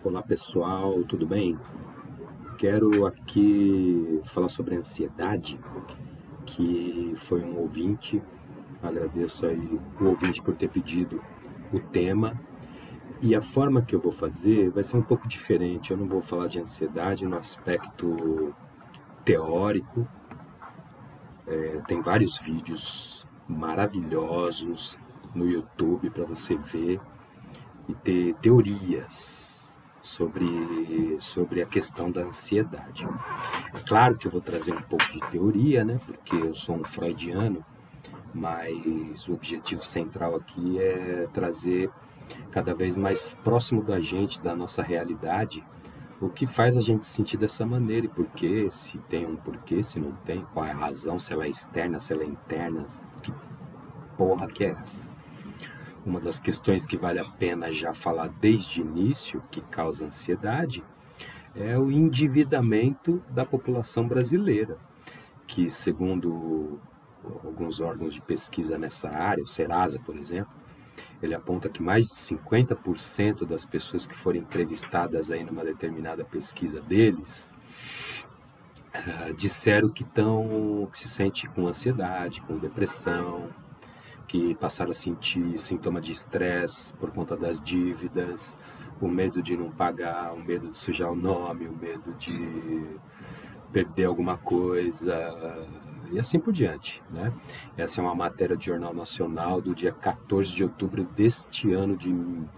Olá pessoal, tudo bem? Quero aqui falar sobre a ansiedade, que foi um ouvinte. Agradeço aí o ouvinte por ter pedido o tema. E a forma que eu vou fazer vai ser um pouco diferente. Eu não vou falar de ansiedade no aspecto teórico. Tem vários vídeos maravilhosos no YouTube para você ver e ter teorias sobre a questão da ansiedade. É claro que eu vou trazer um pouco de teoria, né? Porque eu sou um freudiano, mas o objetivo central aqui é trazer cada vez mais próximo da gente, da nossa realidade, o que faz a gente sentir dessa maneira e por quê, se tem um porquê, se não tem, qual é a razão, se ela é externa, se ela é interna, que porra que é essa? Uma das questões que vale a pena já falar desde o início, que causa ansiedade, é o endividamento da população brasileira, que segundo alguns órgãos de pesquisa nessa área, o Serasa, por exemplo, ele aponta que mais de 50% das pessoas que foram entrevistadas aí numa determinada pesquisa deles, disseram que se sente com ansiedade, com depressão, que passaram a sentir sintoma de estresse por conta das dívidas, o medo de não pagar, o medo de sujar o nome, o medo de perder alguma coisa e assim por diante, né? Essa é uma matéria do Jornal Nacional do dia 14 de outubro deste ano de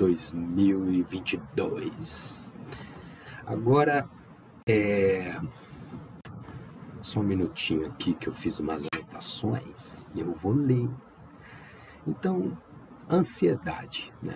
2022. Agora, só um minutinho aqui que eu fiz umas anotações e eu vou ler. Então, ansiedade, né?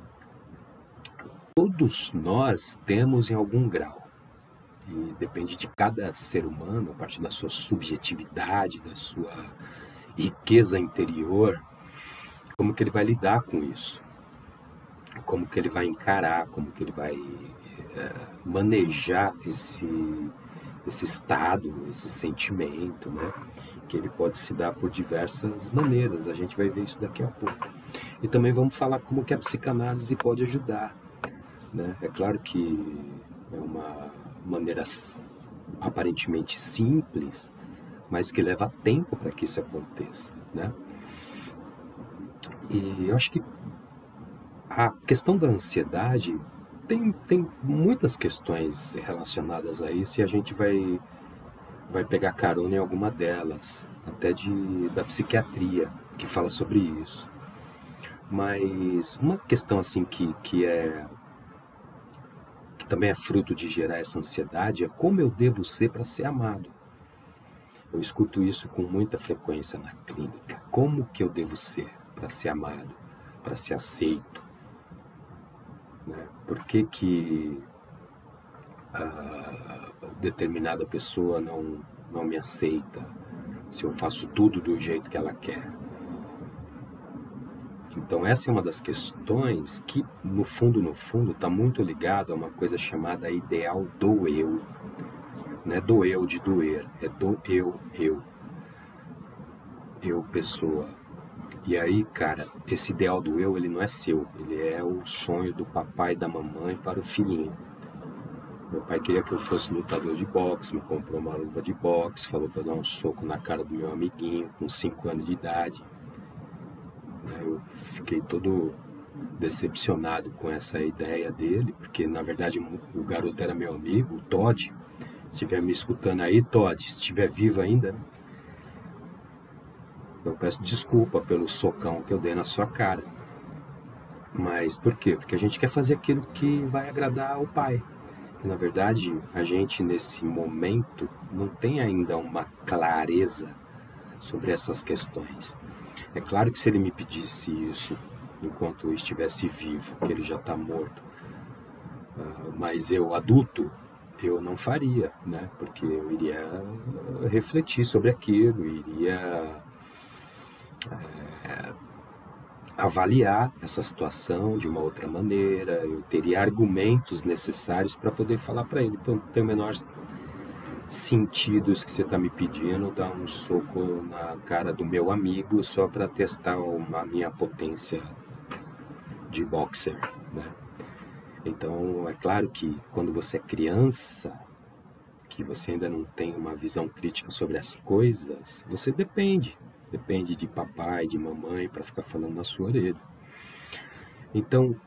Todos nós temos em algum grau, e depende de cada ser humano, a partir da sua subjetividade, da sua riqueza interior, como que ele vai lidar com isso, como que ele vai encarar, como que ele vai manejar esse estado, esse sentimento, né? Que ele pode se dar por diversas maneiras, a gente vai ver isso daqui a pouco. E também vamos falar como que a psicanálise pode ajudar, né? É claro que é uma maneira aparentemente simples, mas que leva tempo para que isso aconteça, né? E eu acho que a questão da ansiedade tem muitas questões relacionadas a isso e a gente vai pegar carona em alguma delas, até da psiquiatria, que fala sobre isso. Mas uma questão assim que também é fruto de gerar essa ansiedade é como eu devo ser para ser amado. Eu escuto isso com muita frequência na clínica. Como que eu devo ser para ser amado, para ser aceito? Né? Por que determinada pessoa não me aceita se eu faço tudo do jeito que ela quer? Então essa é uma das questões que, no fundo, está muito ligado a uma coisa chamada ideal do eu. Não é do eu de doer, é do eu. Eu, pessoa. E aí, cara, esse ideal do eu, ele não é seu. Ele é o sonho do papai e da mamãe para o filhinho. Meu pai queria que eu fosse lutador de boxe, me comprou uma luva de boxe, falou para eu dar um soco na cara do meu amiguinho com 5 anos de idade. Eu fiquei todo decepcionado com essa ideia dele, porque na verdade o garoto era meu amigo, o Todd. Se estiver me escutando aí, Todd, se estiver vivo ainda, né? Eu peço desculpa pelo socão que eu dei na sua cara. Mas por quê? Porque a gente quer fazer aquilo que vai agradar ao pai. E, na verdade, a gente nesse momento não tem ainda uma clareza sobre essas questões. É claro que se ele me pedisse isso enquanto eu estivesse vivo, que ele já está morto, mas eu, adulto, eu não faria, né? Porque eu iria refletir sobre aquilo, iria avaliar essa situação de uma outra maneira, eu teria argumentos necessários para poder falar para ele, não tem o menor sentido isso que você está me pedindo, dar um soco na cara do meu amigo só para testar a minha potência de boxer, né? Então, é claro que quando você é criança, que você ainda não tem uma visão crítica sobre as coisas, você depende de papai, de mamãe para ficar falando na sua orelha. Então,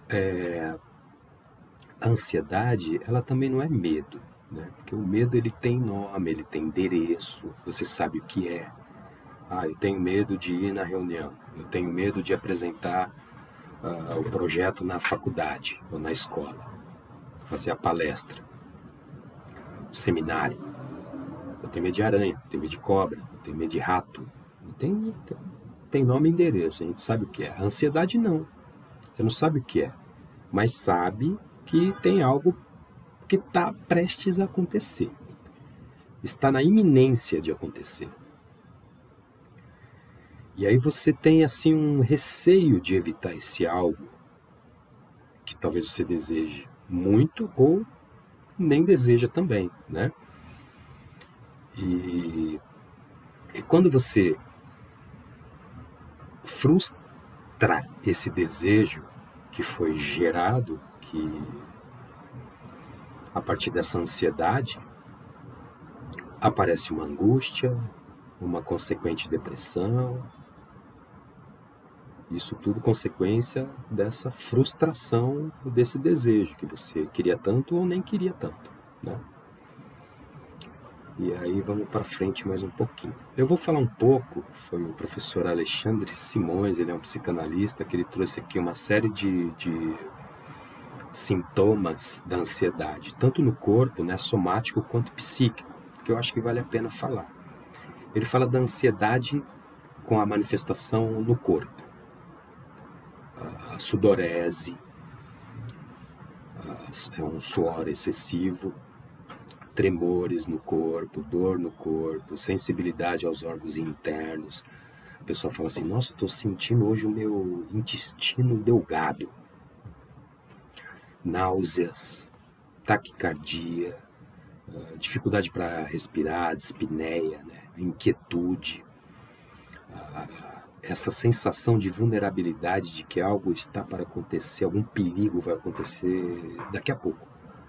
a ansiedade, ela também não é medo, né? Porque o medo ele tem nome, ele tem endereço, você sabe o que é. Ah, eu tenho medo de ir na reunião, eu tenho medo de apresentar o projeto na faculdade ou na escola, fazer a palestra, o seminário. Eu tenho medo de aranha, eu tenho medo de cobra, eu tenho medo de rato. Tem nome e endereço, a gente sabe o que é. A ansiedade não, você não sabe o que é, mas sabe que tem algo que está prestes a acontecer, está na iminência de acontecer. E aí você tem assim um receio de evitar esse algo que talvez você deseje muito ou nem deseja também, né? E quando você frustra esse desejo que foi gerado, que a partir dessa ansiedade aparece uma angústia, uma consequente depressão. Isso tudo consequência dessa frustração desse desejo que você queria tanto ou nem queria tanto, né? E aí vamos para frente mais um pouquinho. Eu vou falar um pouco, foi o professor Alexandre Simões, ele é um psicanalista, que ele trouxe aqui uma série de sintomas da ansiedade, tanto no corpo, né, somático, quanto psíquico, que eu acho que vale a pena falar. Ele fala da ansiedade com a manifestação no corpo. A sudorese, é um suor excessivo, tremores no corpo, dor no corpo, sensibilidade aos órgãos internos. A pessoa fala assim, nossa, estou sentindo hoje o meu intestino delgado. Náuseas, taquicardia, dificuldade para respirar, dispneia, né? Inquietude, essa sensação de vulnerabilidade de que algo está para acontecer, algum perigo vai acontecer daqui a pouco.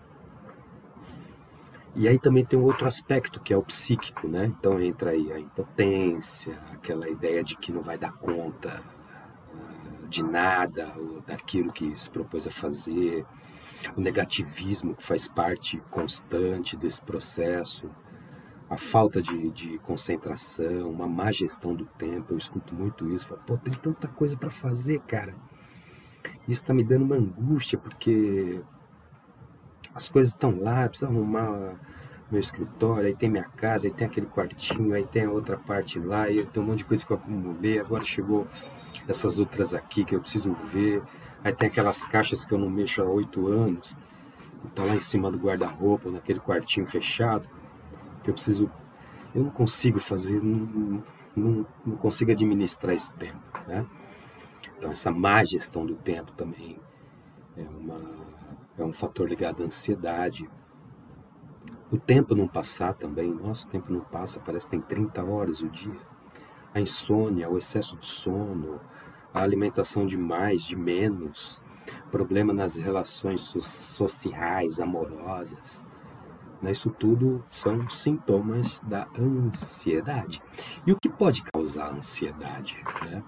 E aí também tem um outro aspecto que é o psíquico, né? Então entra aí a impotência, aquela ideia de que não vai dar conta de nada, ou daquilo que se propôs a fazer, o negativismo que faz parte constante desse processo, a falta de concentração, uma má gestão do tempo. Eu escuto muito isso, falo, pô, tem tanta coisa para fazer, cara. Isso está me dando uma angústia, porque as coisas estão lá, eu preciso arrumar meu escritório, aí tem minha casa, aí tem aquele quartinho, aí tem a outra parte lá, aí tem um monte de coisa que eu acumulei, agora chegou essas outras aqui que eu preciso ver, aí tem aquelas caixas que eu não mexo há 8 anos, tá lá em cima do guarda-roupa, naquele quartinho fechado, que eu não consigo fazer, não consigo administrar esse tempo, né? Então essa má gestão do tempo também é um fator ligado à ansiedade. O tempo não passar também, nosso tempo não passa, parece que tem 30 horas o dia. A insônia, o excesso de sono, a alimentação de mais, de menos, problema nas relações sociais, amorosas. Isso tudo são sintomas da ansiedade. E o que pode causar ansiedade, né?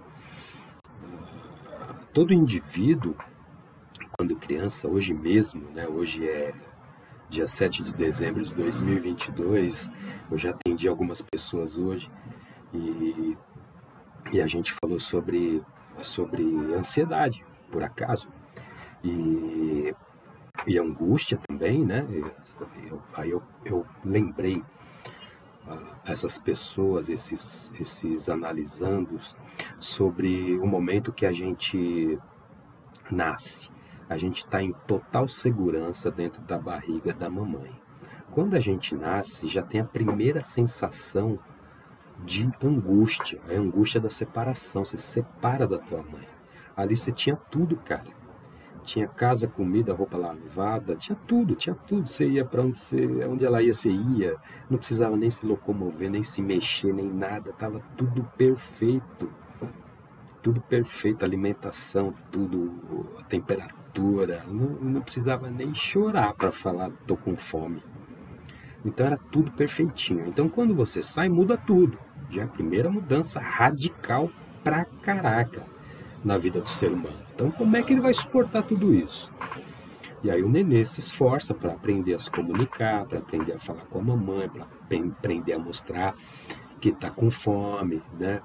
Todo indivíduo, quando criança, hoje mesmo, né, hoje é dia 7 de dezembro de 2022, eu já atendi algumas pessoas hoje e a gente falou sobre ansiedade, por acaso, e angústia também, né? Eu lembrei essas pessoas, esses analisandos, sobre o momento que a gente nasce. A gente está em total segurança dentro da barriga da mamãe. Quando a gente nasce, já tem a primeira sensação de angústia, a angústia da separação. Você se separa da tua mãe. Ali você tinha tudo, cara. Tinha casa, comida, roupa lavada, tinha tudo. Você ia para onde ela ia, você ia. Não precisava nem se locomover, nem se mexer, nem nada. Tava tudo perfeito. Tudo perfeito, alimentação, tudo, a temperatura, não precisava nem chorar para falar tô com fome. Então era tudo perfeitinho. Então quando você sai, muda tudo. Já é a primeira mudança radical pra caraca na vida do ser humano. Então como é que ele vai suportar tudo isso? E aí o nenê se esforça para aprender a se comunicar, para aprender a falar com a mamãe, para aprender a mostrar que está com fome, né?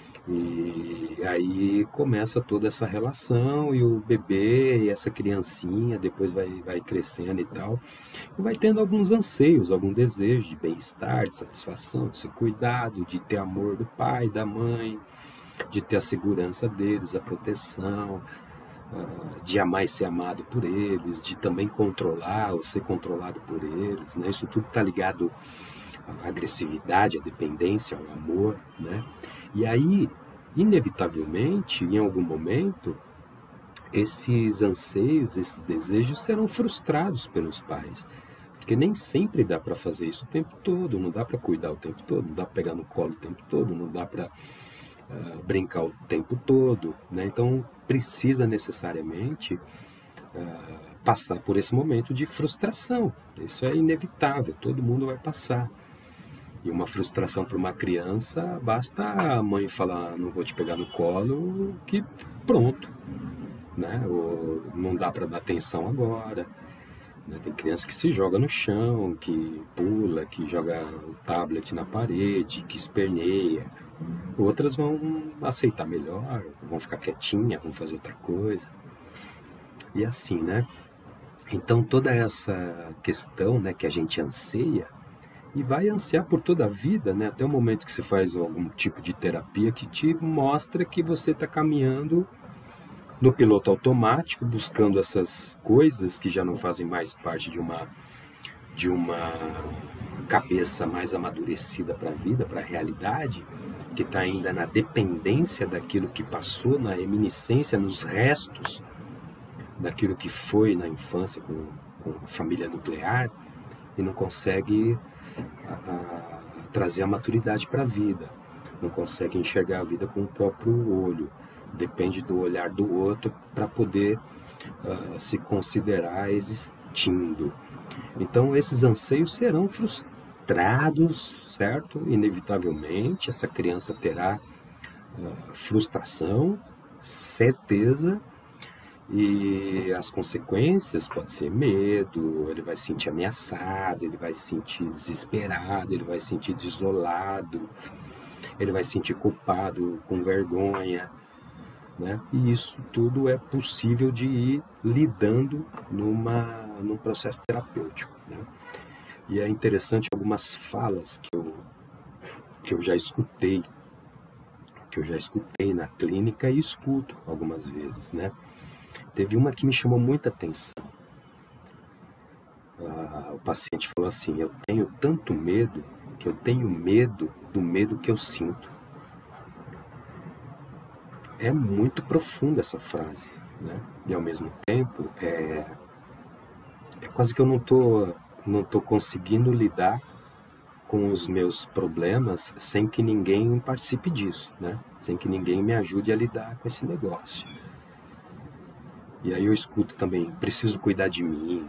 E aí começa toda essa relação e o bebê e essa criancinha depois vai crescendo e tal, e vai tendo alguns anseios, algum desejo de bem-estar, de satisfação, de ser cuidado, de ter amor do pai, da mãe, de ter a segurança deles, a proteção, de amar e ser amado por eles, de também controlar ou ser controlado por eles, né? Isso tudo está ligado à agressividade, à dependência, ao amor, né? E aí, inevitavelmente, em algum momento, esses anseios, esses desejos serão frustrados pelos pais. Porque nem sempre dá para fazer isso o tempo todo, não dá para cuidar o tempo todo, não dá para pegar no colo o tempo todo, não dá para brincar o tempo todo, né? Então precisa necessariamente passar por esse momento de frustração. Isso é inevitável, todo mundo vai passar. E uma frustração para uma criança, basta a mãe falar não vou te pegar no colo, que pronto, né? Ou não dá para dar atenção agora. Né? Tem criança que se joga no chão, que pula, que joga o tablet na parede, que esperneia. Outras vão aceitar melhor, vão ficar quietinha, vão fazer outra coisa. E assim, né? Então toda essa questão, né, que a gente anseia, e vai ansiar por toda a vida, né? Até o momento que você faz algum tipo de terapia que te mostra que você está caminhando no piloto automático, buscando essas coisas que já não fazem mais parte de uma cabeça mais amadurecida para a vida, para a realidade, que está ainda na dependência daquilo que passou, na reminiscência, nos restos daquilo que foi na infância com a família nuclear, e não consegue trazer a maturidade para a vida, não consegue enxergar a vida com o próprio olho, depende do olhar do outro para poder se considerar existindo. Então esses anseios serão frustrados, certo? Inevitavelmente, essa criança terá frustração, certeza, e as consequências pode ser medo, ele vai se sentir ameaçado, ele vai se sentir desesperado, ele vai se sentir desolado, ele vai se sentir culpado, com vergonha, né? E isso tudo é possível de ir lidando num processo terapêutico, né? E é interessante algumas falas que eu já escutei, na clínica e escuto algumas vezes, né? Teve uma que me chamou muita atenção. O paciente falou assim: eu tenho tanto medo que eu tenho medo do medo que eu sinto. É muito profunda essa frase, né? E ao mesmo tempo é quase que eu não tô conseguindo lidar com os meus problemas sem que ninguém participe disso, né? Sem que ninguém me ajude a lidar com esse negócio. E aí eu escuto também: preciso cuidar de mim,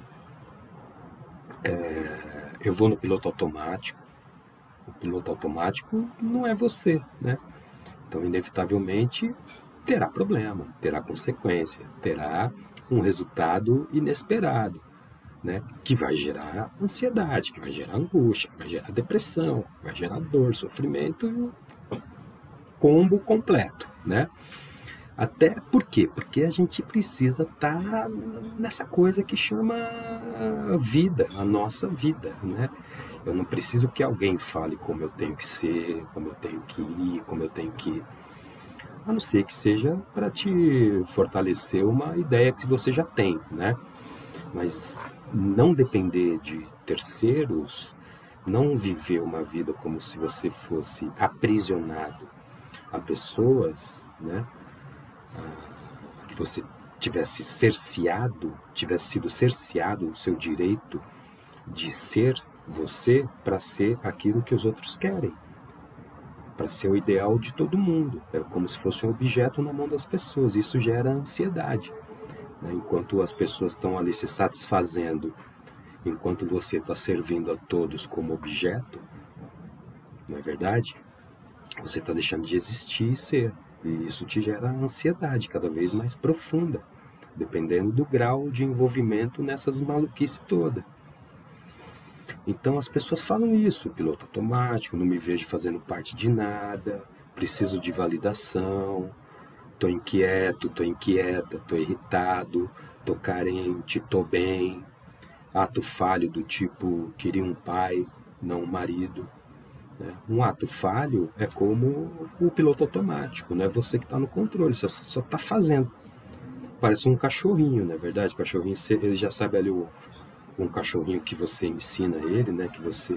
eu vou no piloto automático. O piloto automático não é você, né? Então, inevitavelmente, terá problema, terá consequência, terá um resultado inesperado, né? Que vai gerar ansiedade, que vai gerar angústia, que vai gerar depressão, que vai gerar dor, sofrimento e o combo completo, né? Até por quê? Porque a gente precisa estar nessa coisa que chama vida, a nossa vida, né? Eu não preciso que alguém fale como eu tenho que ser, como eu tenho que ir, como eu tenho que... A não ser que seja para te fortalecer uma ideia que você já tem, né? Mas não depender de terceiros, não viver uma vida como se você fosse aprisionado a pessoas, né? Que você tivesse sido cerceado o seu direito de ser você para ser aquilo que os outros querem, para ser o ideal de todo mundo. É como se fosse um objeto na mão das pessoas. Isso gera ansiedade. né? Enquanto as pessoas estão ali se satisfazendo, enquanto você está servindo a todos como objeto, não é verdade? Você está deixando de existir e ser. E isso te gera ansiedade cada vez mais profunda, dependendo do grau de envolvimento nessas maluquices todas. Então as pessoas falam isso, piloto automático, não me vejo fazendo parte de nada, preciso de validação, tô inquieto, tô inquieta, tô irritado, tô carente, tô bem, ato falho do tipo queria um pai, não um marido. Né? Um ato falho é como o piloto automático, não é você que está no controle, você só está fazendo. Parece um cachorrinho, não é verdade? O cachorrinho, ele já sabe ali um cachorrinho que você ensina ele, né? Que você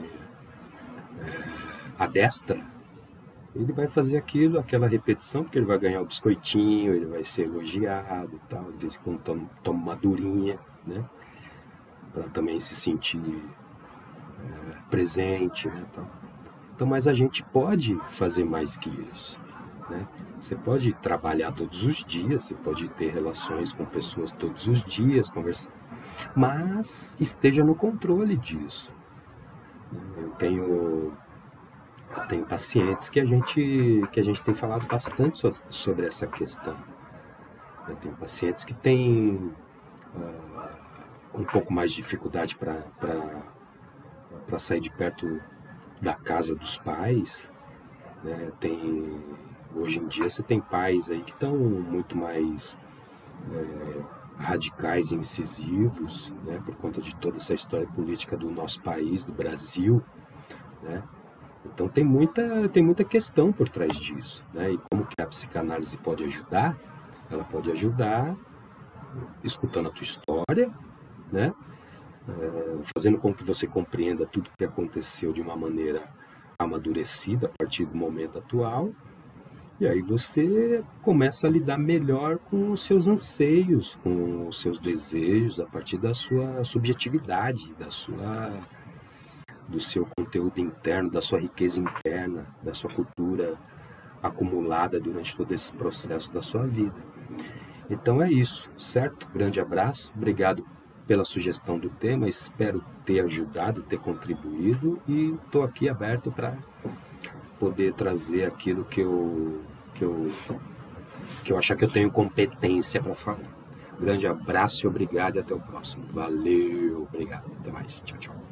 adestra, ele vai fazer aquilo, aquela repetição, porque ele vai ganhar o biscoitinho, ele vai ser elogiado e tal, de vez em quando toma uma durinha, né? Para também se sentir presente, né? Então, mas a gente pode fazer mais que isso, né? Você pode trabalhar todos os dias, você pode ter relações com pessoas todos os dias, conversar, mas esteja no controle disso. Eu tenho pacientes que a gente tem falado bastante sobre essa questão. Eu tenho pacientes que têm um pouco mais de dificuldade para sair de perto da casa dos pais, né? Hoje em dia você tem pais aí que estão muito mais radicais e incisivos, né? Por conta de toda essa história política do nosso país, do Brasil, né? Então tem muita questão por trás disso, né? E como que a psicanálise pode ajudar? Ela pode ajudar escutando a tua história, né? Fazendo com que você compreenda tudo o que aconteceu de uma maneira amadurecida a partir do momento atual. E aí você começa a lidar melhor com os seus anseios, com os seus desejos, a partir da sua subjetividade, do seu conteúdo interno, da sua riqueza interna, da sua cultura acumulada durante todo esse processo da sua vida. Então é isso, certo? Grande abraço, obrigado pela sugestão do tema, espero ter ajudado, ter contribuído e estou aqui aberto para poder trazer aquilo que eu achar que eu tenho competência para falar. Grande abraço e obrigado e até o próximo. Valeu, obrigado, até mais, tchau, tchau.